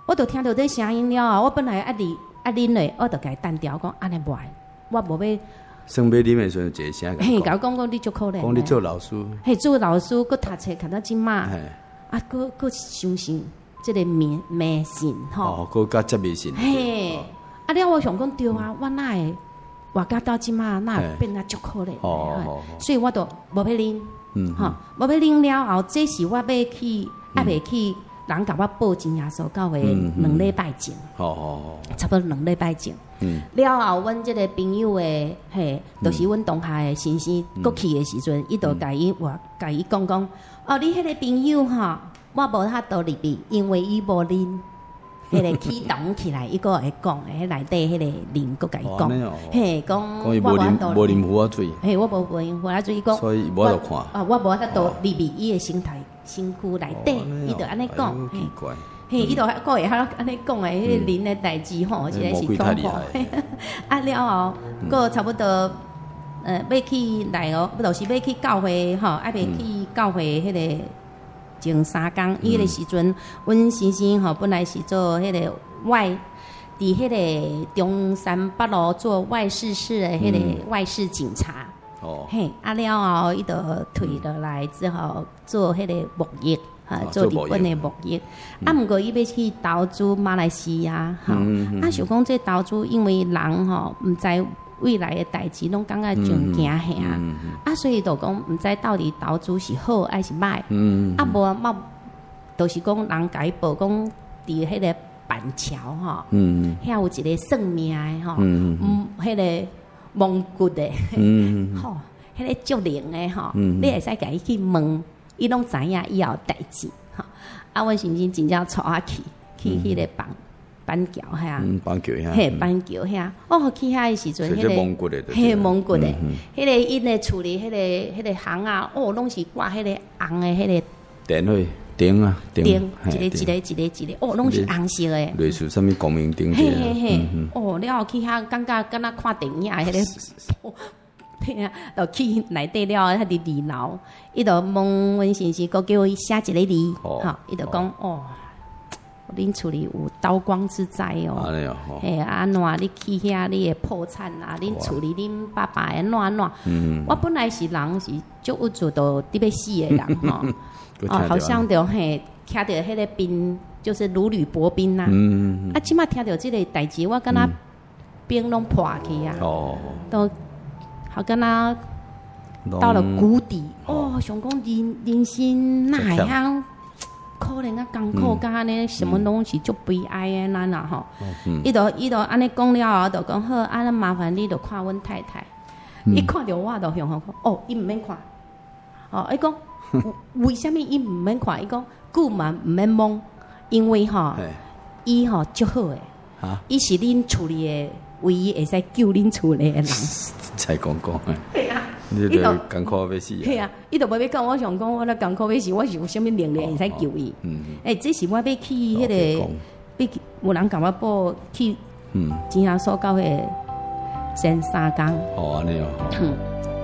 我就听到这声音了啊！我本来爱啉爱啉嘞，我就甲伊单调讲安尼无爱，我无要。 算要啉的时阵，一个声嘿，甲我讲讲你足可怜。 讲你做老师。 嘿，做老师，佮读册读到即马，啊，佮佮相信即个迷迷信吼。 哦，佮甲接迷信。 嘿，啊了，我想讲对啊，我哪会活到到即马，哪会变啊足可怜？哦，所以我就无要啉，嗯，吼，无要啉了后，这是我要去爱袂去。人甲我报真耶稣教会两礼拜前， 哦哦哦， 差不多两礼拜前。嗯，了后，阮即个朋友诶，嘿，就是阮同学诶先生过去诶时阵，伊就甲伊话，甲伊讲讲，哦，你迄个朋友吼，我无他倒入去，因为伊无啉，迄个启动起来，伊个会讲，迄内底迄个灵个甲伊讲，嘿，讲我无啉无啉胡仔水， 嘿，我无无啉胡仔水，讲， 所以无得看， 啊，我无他倒入去伊诶身体。身躯内底，伊就安尼讲，嘿，嘿，伊就讲会晓安尼讲诶，迄个灵诶代志吼，实在是痛苦。啊了后，个差不多，呃，要去来哦，不就是要去教会吼，爱要去教会迄个前三工，伊迄个时阵，阮先生吼本来是做迄个外，伫迄个中山北路做外事室诶，迄个外事警察。哦，嘿，啊了后，伊就退落来之后做迄个牧业，哈，做日本的牧业。啊，毋过伊要去投资马来西亚，哈，啊，想讲这投资，因为人吼毋知未来的代志，拢感觉真惊吓，啊，所以就讲毋知到底投资是好还是歹。啊，无嘛，就是讲人甲伊报讲，伫迄个板桥吼，遐有一个算命的吼，嗯，迄个。蒙古的，吼，迄个足灵的吼，你会使甲伊去问，伊拢知影以后代志，吼。啊，阮先生真正带我去，去迄个板板桥遐， 板桥遐， 嘿，板桥遐，哦，去遐的时阵， 迄个蒙古的， 嘿，蒙古的，迄个因咧处理迄个迄个行啊，哦，拢是挂迄个红的迄个电火。灯啊， 灯，一个一个一个一个，哦，拢是红色的。 类似什么光明灯？ 嘿嘿嘿，哦，了后去遐感觉敢若看电影迄个，嘿啊，就去内底了，遐伫二楼，伊就问阮先生，佮叫伊写一个字，吼，伊就讲，哦，恁厝里有刀光之灾哦，嘿，安怎你去遐你会破产啊？恁厝里恁爸爸会安怎安怎？我本来是人是足有做到伫要死的人吼。哦，好像就嘿，听到迄个冰，就是如履薄冰呐。嗯嗯啊，即马听到即个代志，我敢若冰拢破去啊。哦。都好敢若到了谷底。哦，想讲人人生哪会晓可能啊，艰苦甲安尼，什么拢是足悲哀的咱啊吼。嗯。伊就伊就安尼讲了后，就讲好，啊，咱麻烦你就看阮太太。伊看到我就向向讲，哦，伊毋免看。哦，伊讲。为什么伊毋免看？伊讲久嘛毋免摸，因为吼，伊吼足好诶，伊是恁厝里诶唯一会使救恁厝里诶人。 才讲讲诶， 对啊， 你都艰苦要死。 对啊，伊都无要讲，我想讲，我咧艰苦要死，我是有啥物能力会使救伊？嗯，诶，这是我要去迄个，要有人甲我报去，嗯，真正所教诶前三工。 哦，安尼哦。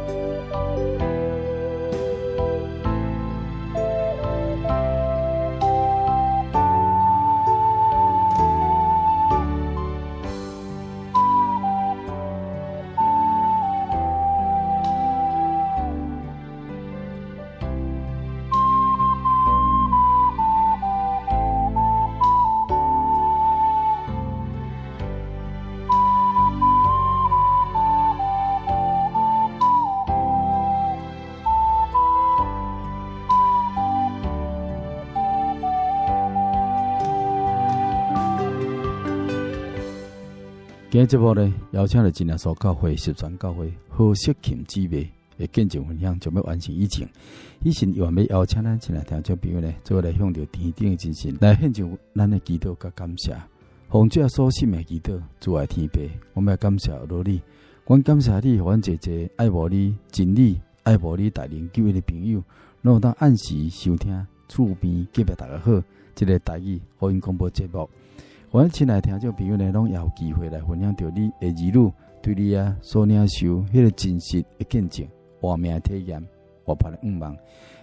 今日节目呢，邀请了真耶稣教会十全教会何锡琴姊妹的见证分享，将要完成以前。以前又要邀请咱亲爱听众朋友呢，做来向着天顶的真神来献上咱的祈祷甲感谢。奉这所信的祈祷，主爱天父，我们要感谢罗你，阮感谢你，阮姐姐爱慕你真理，爱慕你带领救恩的朋友，让我当按时收听厝边隔壁大家好，这个台语福音广播节目。阮亲爱听众朋友呢，拢也有机会来分享到你的儿女对你啊所领受迄个真实的见证、活命的体验、活泼的愿望。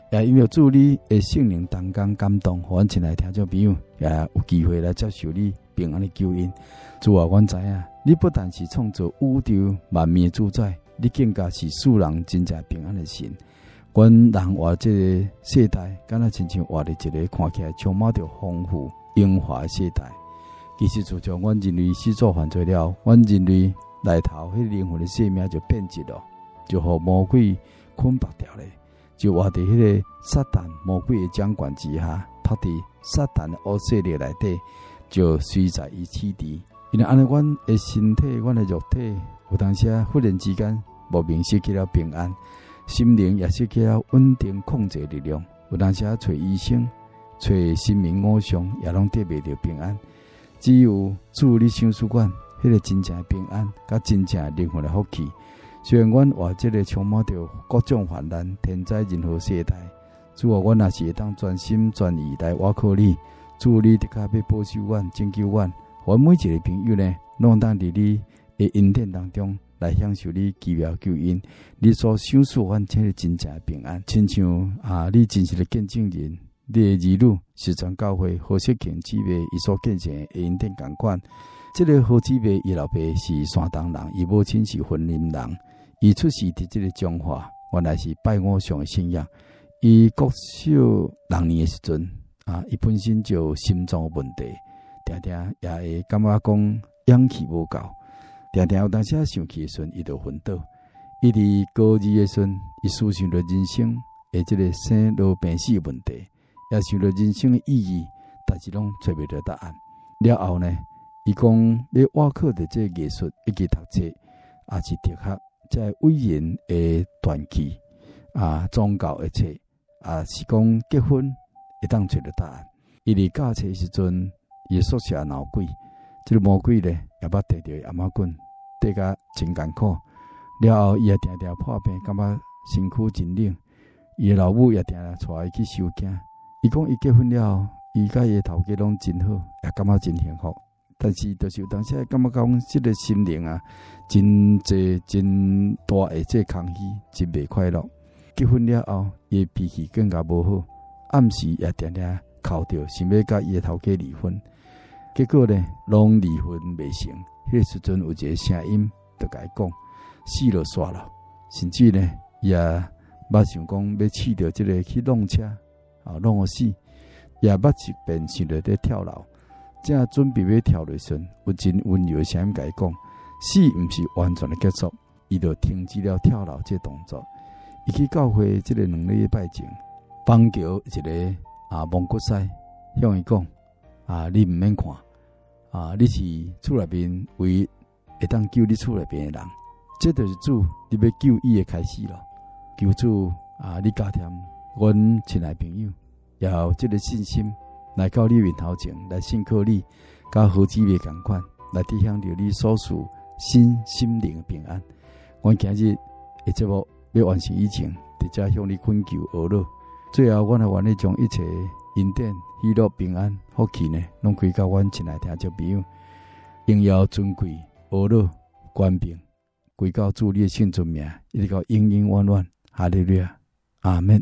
也因为主你的圣灵同工感动，互阮亲爱听众朋友也有机会来接受你平安的救恩。主啊，阮知影，你不但是创造宇宙万物的主宰，你更加是使人真正平安的神。阮人活这个世代，敢若亲像活伫一个看起来充满着丰富荣华的世代。其实自从阮人类始作犯罪了，阮人类内头迄灵魂的生命就变质了，就互魔鬼捆绑掉咧，就活伫迄个撒旦魔鬼的掌管之下，趴伫撒旦的恶势力内底，就随在伊起敌。因为安尼，阮的身体、阮的肉体，有当时啊，忽然之间莫名失去了平安，心灵也失去了稳定控制力量。有当时啊，找医生、找心灵偶像，也拢得袂到平安。只有主你想使阮迄个真正的平安，甲真正的灵魂的福气。虽然阮活这个充满着各种患难、天灾人祸世代，主啊，阮也是会当专心专意来倚靠你。主你的确要保守阮、拯救阮。阮每一个朋友呢，拢当伫你的恩典当中来享受你奇妙救恩。你所享受阮这个真正的平安，亲像啊，你真实的见证人。你的儿女是传教会何世庆姊妹伊所见证的恩典同款。这个何姊妹伊老爸是山东人，伊母亲是云林人。伊出世伫这个中华，原来是拜偶像的信仰。伊国小六年的时阵啊，伊本身就心脏有问题，常常也会感觉讲氧气无够，常常有当时想起的时阵，伊就昏倒。伊伫高二的时阵，伊思想着人生的这个生老病死的问题。也想到人生的意义，但是拢找不到答案。了后呢，伊讲要挖靠着这个艺术以及读册，也是读学这伟人的传记啊，宗教的册，也是讲结婚会当找到答案。伊伫教册时阵，伊宿舍闹鬼，这个魔鬼呢也捌得着阿妈棍，得甲真艰苦。了后伊也定定破病，感觉身躯真冷。伊的老母也定定带伊去收惊。伊讲伊结婚了，伊甲伊的头家拢真好，也感觉真幸福。但是就是有当时感觉讲，这个心灵啊，真济真大的这空虚，真袂快乐。结婚了后，伊的脾气更加无好，暗时也定定哭着，想要甲伊的头家离婚。结果呢，拢离婚袂成。迄个时阵有一个声音，就甲伊讲，死了煞了。甚至呢，也捌想讲要试着这个去弄车。啊，弄我死，也捌一遍想着在跳楼，正准备要跳落时，有真温柔的声音甲伊讲：死毋是完全的结束，伊就停止了跳楼这动作。伊去教会这个两礼拜前，邦桥一个啊蒙古师向伊讲：啊，你毋免看，啊，你是厝内面唯一会当救你厝内面的人，这就是主你要救伊的开始了。求主啊，你加添。阮亲爱朋友，也有这个信心来到你面头前，来信靠你，甲好姊妹同款，来体享着你所属心心灵的平安。阮今日的节目要完成以前，直接向你恳求阿乐。最后，阮也愿意将一切恩典、喜乐、平安、福气呢，拢归到阮亲爱听众朋友，荣耀尊贵、阿乐、官兵，归到主你的圣尊名，一直到永永远远。哈利路亚，阿门。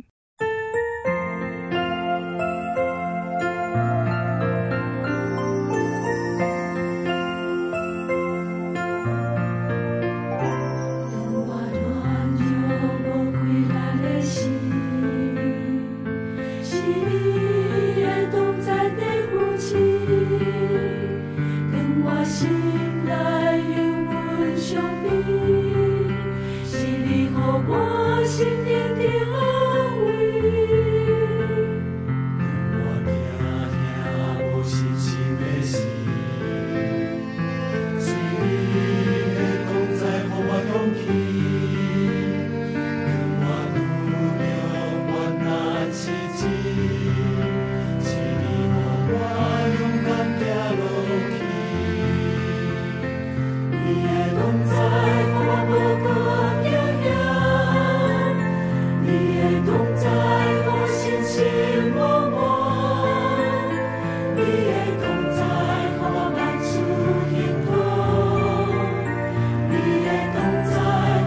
你的同在，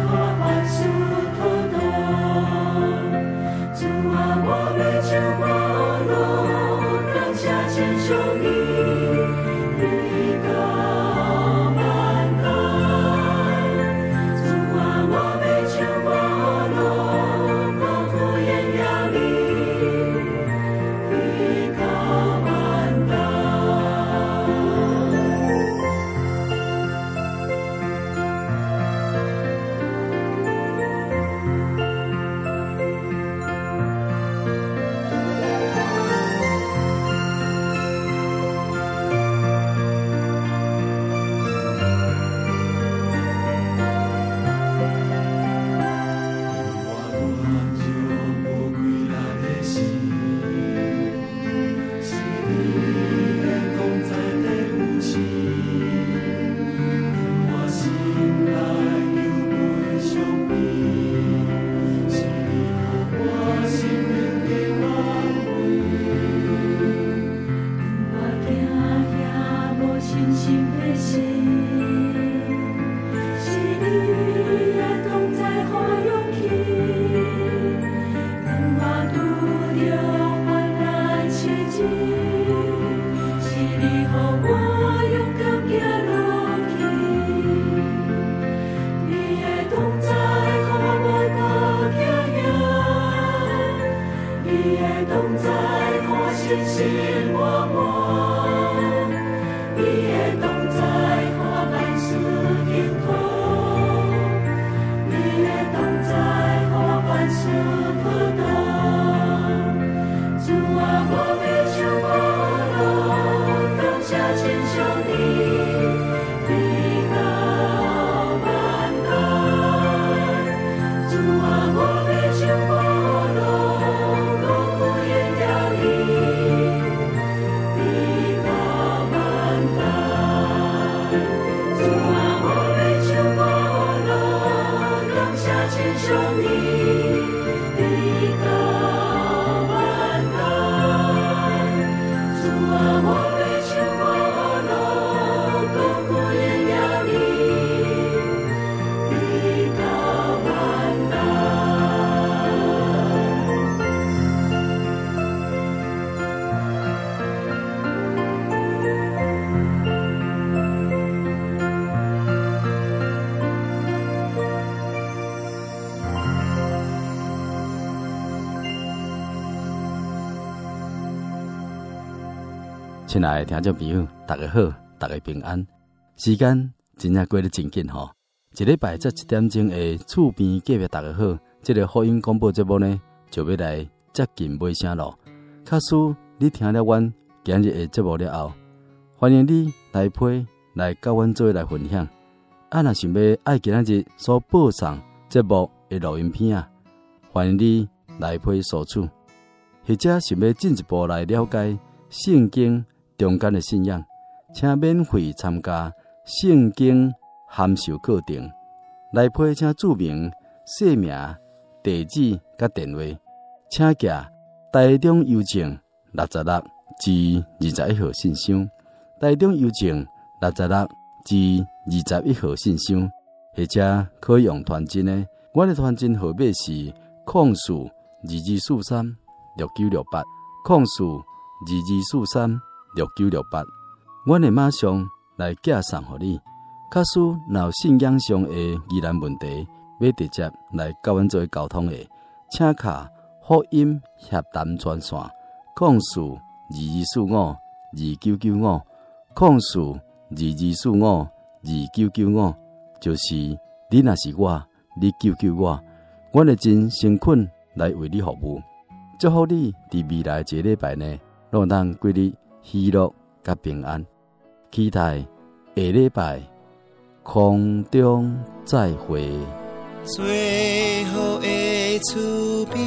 亲爱的听众朋友，大家好，大家平安。时间真正过得真紧吼，一礼拜这一点钟的厝边隔壁大家好，这个福音广播节目呢，就要来接近尾声咯。假使你听了阮今日的节目了后，欢迎你来批来跟阮做来分享。啊，若想要爱今日所播送节目的录音片啊，欢迎你来批索取，或者想要进一步来了解圣经中间的信仰，请免费参加圣经函授课程。来批请注明姓名、地址甲电话，请寄台中邮政六十六至二十一号信箱。台中邮政六十六至二十一号信箱，或者可以用传真的。我的传真号码是空数二二四三六九六八，空数二二四三六九六八，我会马上来寄送给你。假使有信仰上的疑难问题，要直接来跟阮做沟通的，请卡福音协谈专线，空数二二四五二九九五，空数二二四五二九九五，就是你若是我，你救救我，我会真诚恳来为你服务。祝福你伫未来一个礼拜呢，让咱过日喜乐甲平安。期待下礼拜空中再会。 最后的厝边，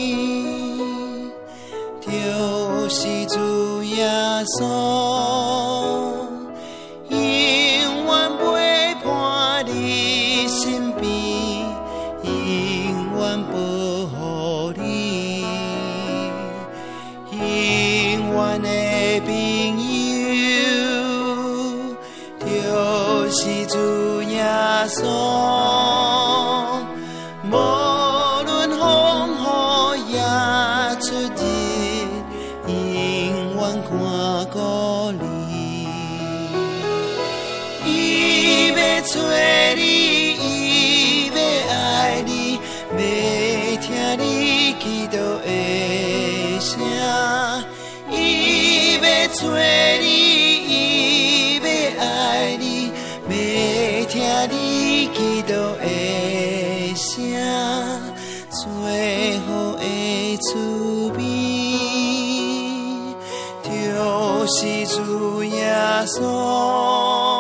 就是主耶稣，永远陪伴你身边，永远保护你，永远的朋友，就是主耶稣。找你，伊要爱你，要听你祈祷的声。伊要找你，伊要爱你，要听你祈祷的声。最好的厝边，就是主耶稣。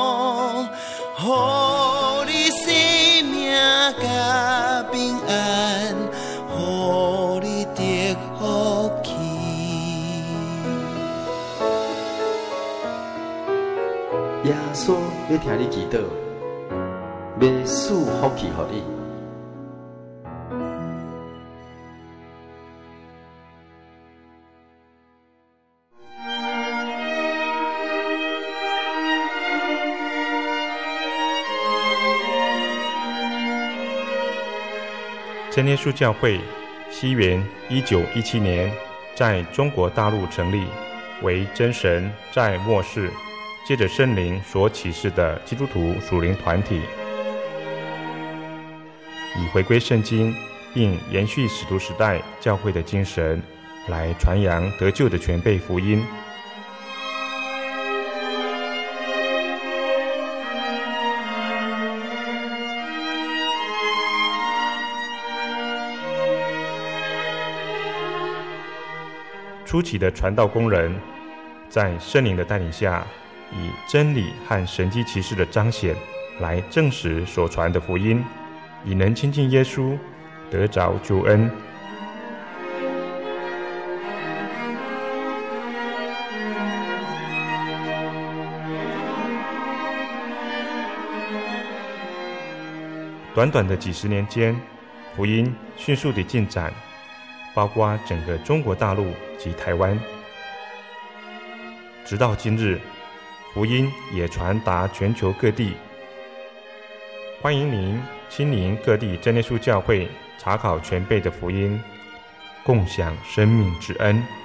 予你生命甲平安，予你得福气。 耶稣要听你祈祷，要赐福气予你。 真耶稣教会西元一九一七年在中国大陆成立，为真神在末世借着圣灵所启示的基督徒属灵团体，以回归圣经并延续使徒时代教会的精神，来传扬得救的全备福音。初期的传道工人在圣灵的带领下，以真理和神迹奇事的彰显来证实所传的福音，以能亲近耶稣，得着救恩。短短的几十年间， 福音迅速地进展，包括整个中国大陆及台湾。直到今日，福音也传达全球各地。欢迎您亲临各地真耶稣教会查考全备的福音，共享生命之恩。